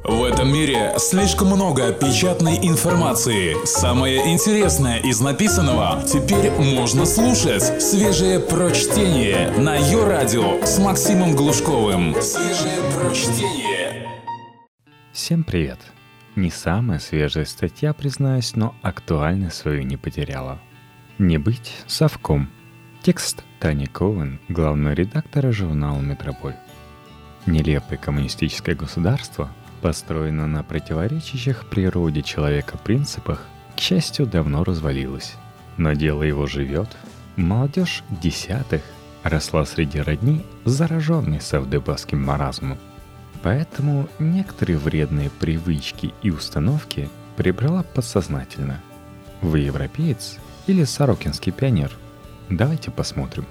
В этом мире слишком много печатной информации. Самое интересное из написанного теперь можно слушать. Свежее прочтение на Ё-радио с Максимом Глушковым. Свежее прочтение. Всем привет! Не самая свежая статья, признаюсь, но актуальность свою не потеряла. «Не быть совком». Текст Тани Коэн, главного редактора журнала «Метрополь». Нелепое коммунистическое государство построено на противоречащих природе человека принципах, к счастью, давно развалилось. Но дело его живет. Молодежь десятых росла среди родни, зараженной совдеповским маразмом. Поэтому некоторые вредные привычки и установки прибрала подсознательно. Вы европеец или сорокинский пионер? Давайте посмотрим.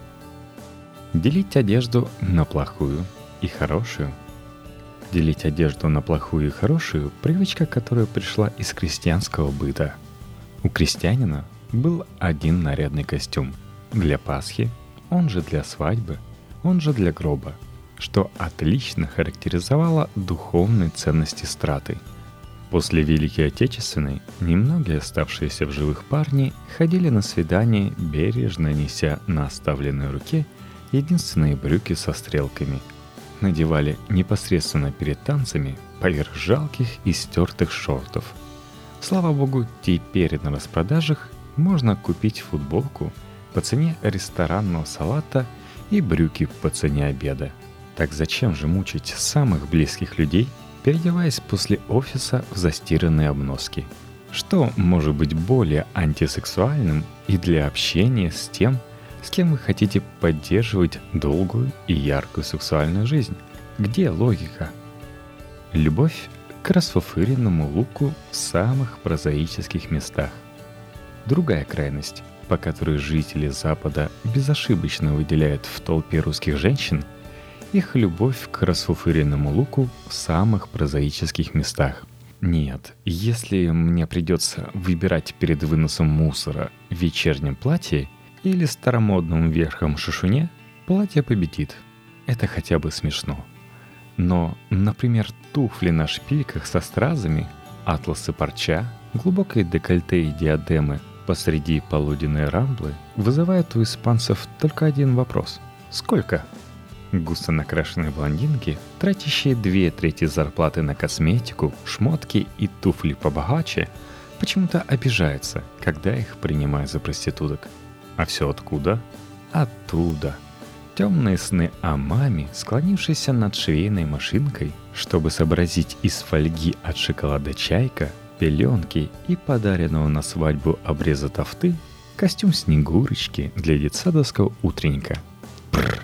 Делить одежду на плохую и хорошую. Делить одежду на плохую и хорошую – привычка, которая пришла из крестьянского быта. У крестьянина был один нарядный костюм для Пасхи, он же для свадьбы, он же для гроба, что отлично характеризовало духовные ценности страты. После Великой Отечественной немногие оставшиеся в живых парни ходили на свидание, бережно неся на оставленной руке единственные брюки со стрелками. Надевали непосредственно перед танцами поверх жалких и стертых шортов. Слава богу, теперь на распродажах можно купить футболку по цене ресторанного салата и брюки по цене обеда. Так зачем же мучить самых близких людей, переодеваясь после офиса в застиранные обноски? Что может быть более антисексуальным и для общения с тем, с кем вы хотите поддерживать долгую и яркую сексуальную жизнь? Где логика? Любовь к расфуфыренному луку в самых прозаических местах. Другая крайность, по которой жители Запада безошибочно выделяют в толпе русских женщин, их любовь к расфуфыренному луку в самых прозаических местах. Нет, если мне придется выбирать перед выносом мусора в вечернем платье или старомодном верхом шишуне, платье победит. Это хотя бы смешно. Но, например, туфли на шпильках со стразами, атласы парча, глубокие декольте и диадемы посреди полуденной рамблы вызывают у испанцев только один вопрос. Сколько? Густо накрашенные блондинки, тратящие 2/3 зарплаты на косметику, шмотки и туфли побогаче, почему-то обижаются, когда их принимают за проституток. А все откуда? Оттуда. Темные сны о маме, склонившейся над швейной машинкой, чтобы сообразить из фольги от шоколада «Чайка», пеленки и подаренного на свадьбу обреза тафты костюм Снегурочки для детсадовского утренника. Прррр.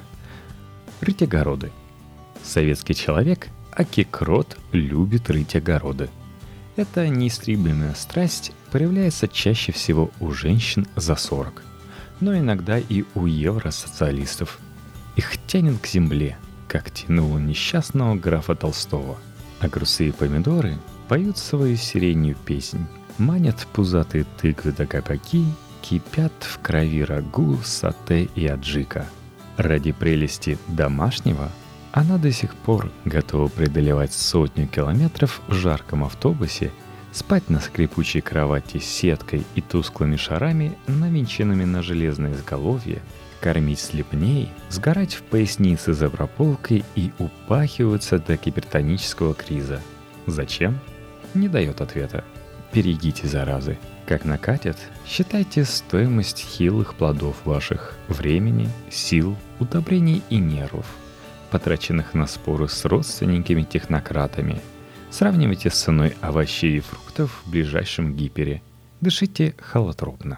Рыть огороды. Советский человек, аки крот, любит рыть огороды. Эта неистребимая страсть проявляется чаще всего у женщин за 40, но иногда и у евросоциалистов. Их тянет к земле, как тянуло несчастного графа Толстого. А грустные помидоры поют свою сиренью песнь, манят пузатые тыквы да кабаки, кипят в крови рагу, сате и аджика. Ради прелести домашнего она до сих пор готова преодолевать 100 километров в жарком автобусе, спать на скрипучей кровати с сеткой и тусклыми шарами, навинченными на железное изголовье, кормить слепней, сгорать в пояснице за прополкой и упахиваться до гипертонического криза. Зачем? Не дает ответа. Берегите заразы. Как накатят, считайте стоимость хилых плодов ваших времени, сил, удобрений и нервов, потраченных на споры с родственниками-технократами. Сравнивайте с ценой овощей и фруктов в ближайшем гипере. Дышите холотропно.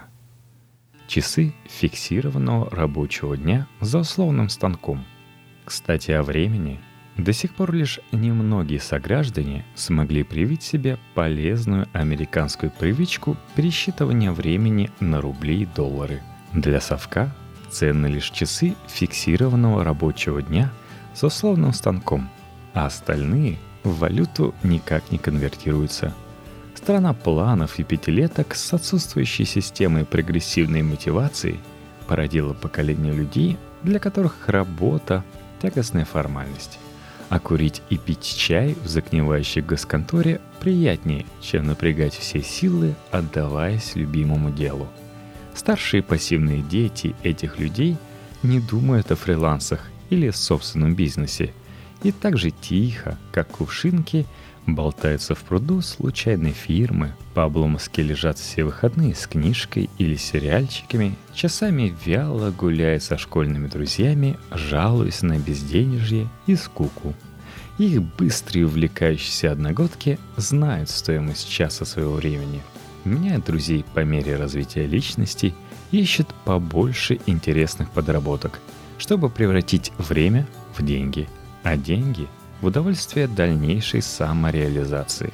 Часы фиксированного рабочего дня за условным станком. Кстати, о времени. До сих пор лишь немногие сограждане смогли привить себе полезную американскую привычку пересчитывания времени на рубли и доллары. Для совка ценны лишь часы фиксированного рабочего дня за условным станком, а остальные в валюту никак не конвертируются. Страна планов и пятилеток с отсутствующей системой прогрессивной мотивации породила поколение людей, для которых работа – тягостная формальность. А курить и пить чай в загнивающей госконторе приятнее, чем напрягать все силы, отдаваясь любимому делу. Старшие пассивные дети этих людей не думают о фрилансах или собственном бизнесе и так же тихо, как кувшинки, болтаются в пруду случайной фирмы, по обломовски лежат все выходные с книжкой или сериальчиками, часами вяло гуляют со школьными друзьями, жалуясь на безденежье и скуку. Их быстрые увлекающиеся одногодки знают стоимость часа своего времени, меняют друзей по мере развития личности и ищут побольше интересных подработок, чтобы превратить время в деньги, а деньги — в удовольствие дальнейшей самореализации.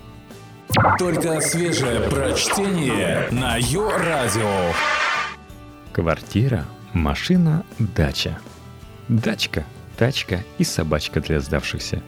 Только свежее прочтение на Йо-Радио. Квартира, машина, дача. Дачка, тачка и собачка для сдавшихся.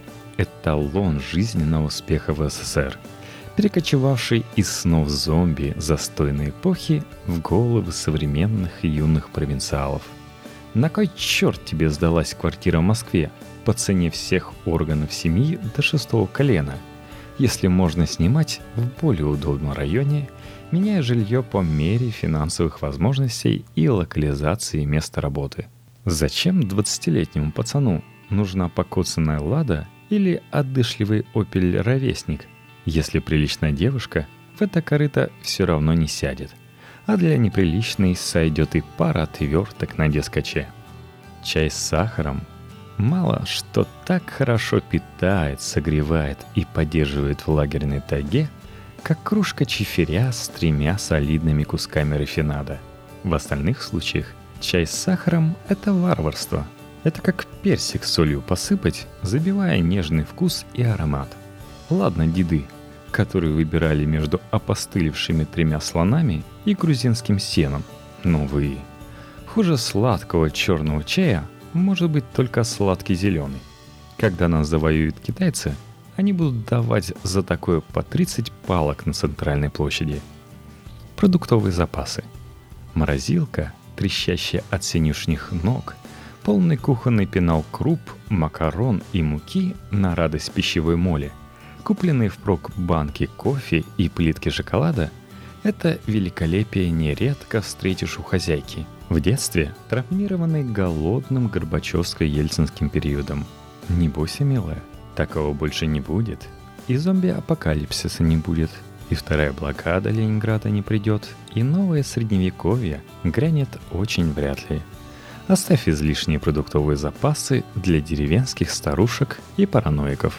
Эталон жизненного успеха в СССР, перекочевавший из снов зомби застойной эпохи в головы современных юных провинциалов. На кой черт тебе сдалась квартира в Москве по цене всех органов семьи до 6-го колена, если можно снимать в более удобном районе, меняя жилье по мере финансовых возможностей и локализации места работы? Зачем 20-летнему пацану нужна покоцанная «Лада» или отдышливый «Опель-ровесник», если приличная девушка в это корыто все равно не сядет, а для неприличной сойдет и пара отверток на дескоче? Чай с сахаром мало что так хорошо питает, согревает и поддерживает в лагерной тайге, как кружка чифиря с 3 солидными кусками рафинада. В остальных случаях чай с сахаром — это варварство. Это как персик с солью посыпать, забивая нежный вкус и аромат. Ладно, деды, которые выбирали между опостылевшими 3 слонами и грузинским сеном, но вы... Хуже сладкого черного чая может быть только сладкий зеленый. Когда нас завоюют китайцы, они будут давать за такое по 30 палок на центральной площади. Продуктовые запасы. Морозилка, трещащая от синюшних ног, полный кухонный пенал круп, макарон и муки на радость пищевой моли, купленные впрок банки кофе и плитки шоколада — это великолепие нередко встретишь у хозяйки, в детстве травмированной голодным Горбачевско-Ельцинским периодом. Не бойся, милая, такого больше не будет. И зомби-апокалипсиса не будет, и вторая блокада Ленинграда не придет, и новое средневековье грянет очень вряд ли. Оставь излишние продуктовые запасы для деревенских старушек и параноиков.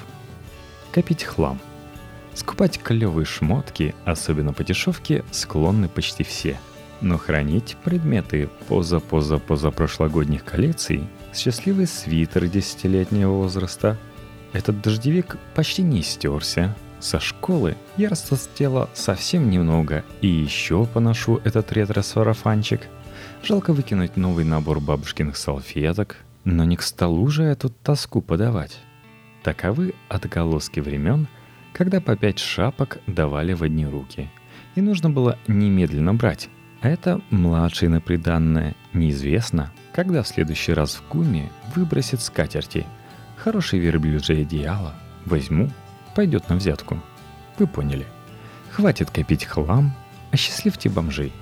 Копить хлам. Скупать клевые шмотки, особенно по дешевке, склонны почти все. Но хранить предметы позапрошлогодних коллекций, счастливый свитер 10-летнего возраста. Этот дождевик почти не стерся. Со школы я растолстела совсем немного и еще поношу этот ретро-сарафанчик. Жалко выкинуть новый набор бабушкиных салфеток, но не к столу же эту тоску подавать. Таковы отголоски времен, когда по 5 шапок давали в одни руки. И нужно было немедленно брать. А это младший на приданное. Неизвестно, когда в следующий раз в куме выбросит скатерти. Хорошее верблюжье одеяло. Возьму, пойдет на взятку. Вы поняли. Хватит копить хлам, осчастливьте бомжей.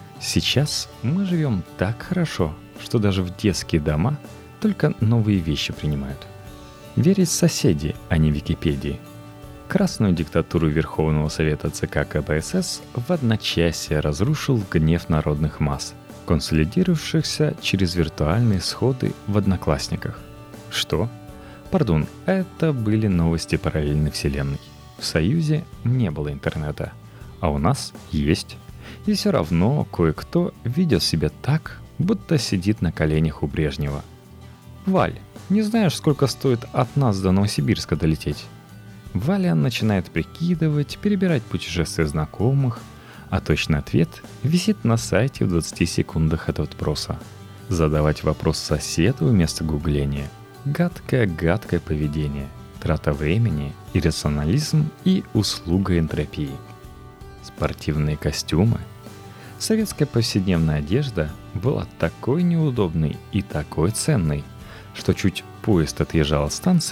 Сейчас мы живем так хорошо, что даже в детские дома только новые вещи принимают. Верить соседи, а не Википедии. Красную диктатуру Верховного Совета ЦК КПСС в одночасье разрушил гнев народных масс, консолидировавшихся через виртуальные сходы в Одноклассниках. Что? Пардон, это были новости параллельной вселенной. В Союзе не было интернета, а у нас есть. И все равно кое-кто ведет себя так, будто сидит на коленях у Брежнева. «Валь, не знаешь, сколько стоит от нас до Новосибирска долететь?» Валя начинает прикидывать, перебирать путешествия знакомых, а точный ответ висит на сайте в 20 секундах от вопроса. Задавать вопрос соседу вместо гугления – гадкое поведение, трата времени, иррационализм и услуга энтропии. Спортивные костюмы. Советская повседневная одежда была такой неудобной и такой ценной, что чуть поезд отъезжал от станции,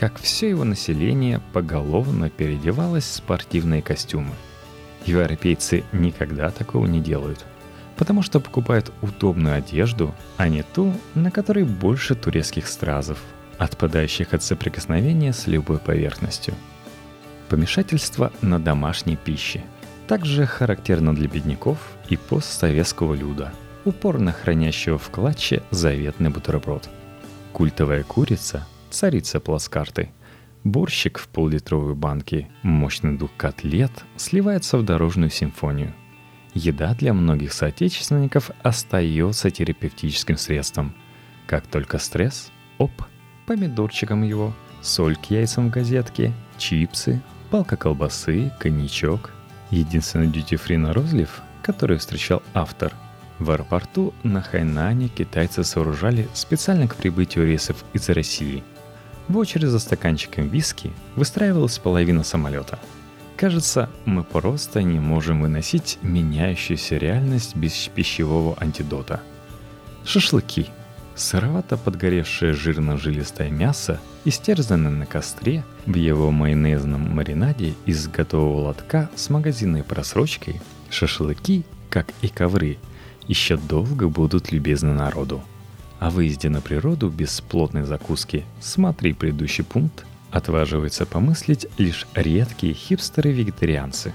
как все его население поголовно переодевалось в спортивные костюмы. Европейцы никогда такого не делают, потому что покупают удобную одежду, а не ту, на которой больше турецких стразов, отпадающих от соприкосновения с любой поверхностью. Помешательство на домашней пище также характерно для бедняков и постсоветского люда, упорно хранящего в клатче заветный бутерброд. Культовая курица, царица плацкарты, борщик в пол-литровой банке, мощный дух котлет сливается в дорожную симфонию. Еда для многих соотечественников остается терапевтическим средством. Как только стресс, помидорчиком его, соль к яйцам в газетке, чипсы, палка колбасы, коньячок. Единственный дьюти-фри на розлив, который встречал автор. В аэропорту на Хайнане китайцы сооружали специально к прибытию рейсов из России. В очередь за стаканчиком виски выстраивалась половина самолета. Кажется, мы просто не можем выносить меняющуюся реальность без пищевого антидота. Шашлыки. Сыровато подгоревшее жирно-жилистое мясо, истерзанное на костре в его майонезном маринаде из готового лотка с магазинной просрочкой, шашлыки, как и ковры, еще долго будут любезны народу. О выезде на природу без плотной закуски, смотри предыдущий пункт, отваживаются помыслить лишь редкие хипстеры-вегетарианцы.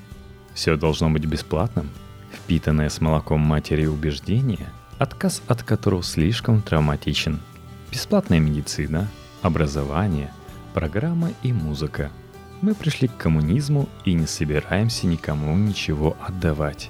Все должно быть бесплатным. Впитанное с молоком матери убеждение, отказ от которого слишком травматичен. Бесплатная медицина, образование, программа и музыка. Мы пришли к коммунизму и не собираемся никому ничего отдавать.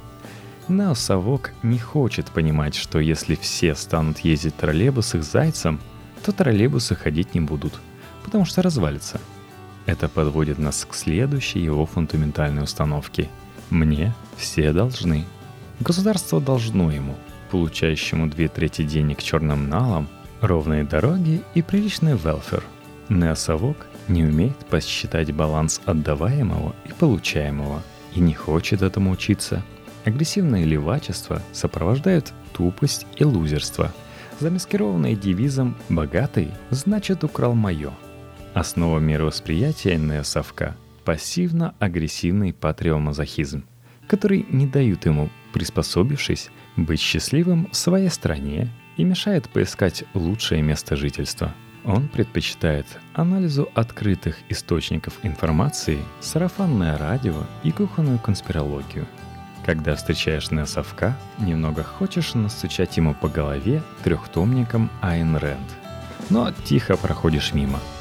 Неосовок не хочет понимать, что если все станут ездить в троллейбусах с зайцем, то троллейбусы ходить не будут, потому что развалится. Это подводит нас к следующей его фундаментальной установке. Мне все должны. Государство должно ему, получающему 2/3 денег черным налом, ровные дороги и приличный велфер. Неосовок не умеет посчитать баланс отдаваемого и получаемого и не хочет этому учиться. Агрессивное левачество сопровождают тупость и лузерство, замаскированные девизом «богатый, значит украл мое». Основа мировосприятия неосовка – пассивно-агрессивный патриомазохизм, который не дает ему, приспособившись, быть счастливым в своей стране и мешает поискать лучшее место жительства. Он предпочитает анализу открытых источников информации, сарафанное радио и кухонную конспирологию. Когда встречаешь неосовка, немного хочешь настучать ему по голове трехтомником Айн Рэнд. Но тихо проходишь мимо –